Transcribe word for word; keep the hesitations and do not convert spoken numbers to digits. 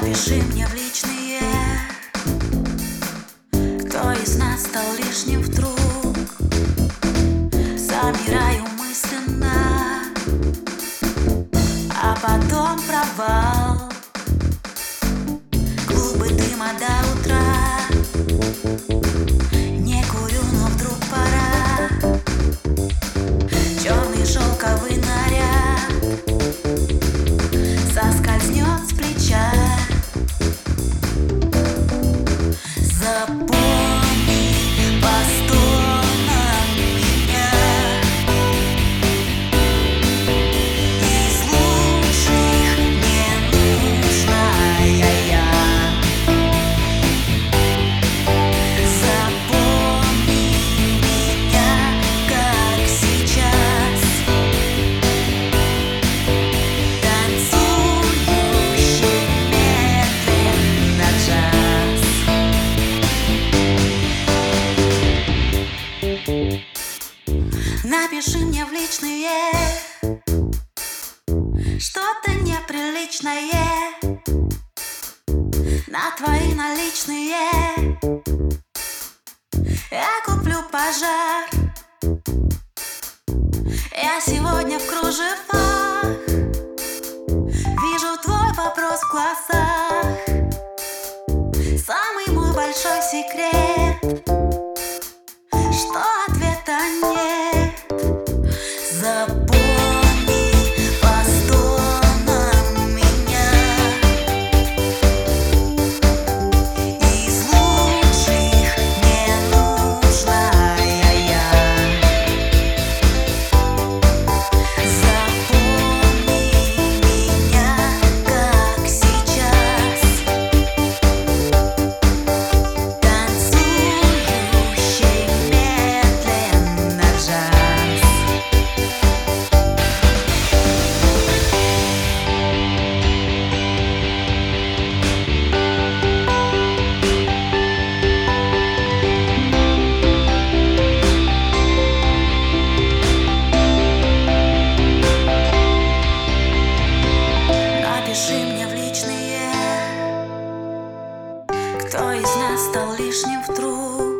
Напиши мне в личные, кто из нас стал лишним вдруг. Собираю мысленно, а потом провал. Клубы дыма до утра, не курю, но вдруг пора. Черный шелковый наряд соскользнет с плеча. Запомни по стонам меня. Из лучших не нужная я. Запомни меня, как сейчас, танцующий медленно джаз. Напиши мне в личные что-то неприличное на твои наличные. Я куплю пожар. Я сегодня в кружевах, вижу твой вопрос в глазах. Самый мой большой секрет, что ответа нет. Запомни по стонам меня. Из лучших не нужная я. Запомни меня, как сейчас, танцующий медленно джаз. Напиши мне в личные, кто из нас стал лишним вдруг.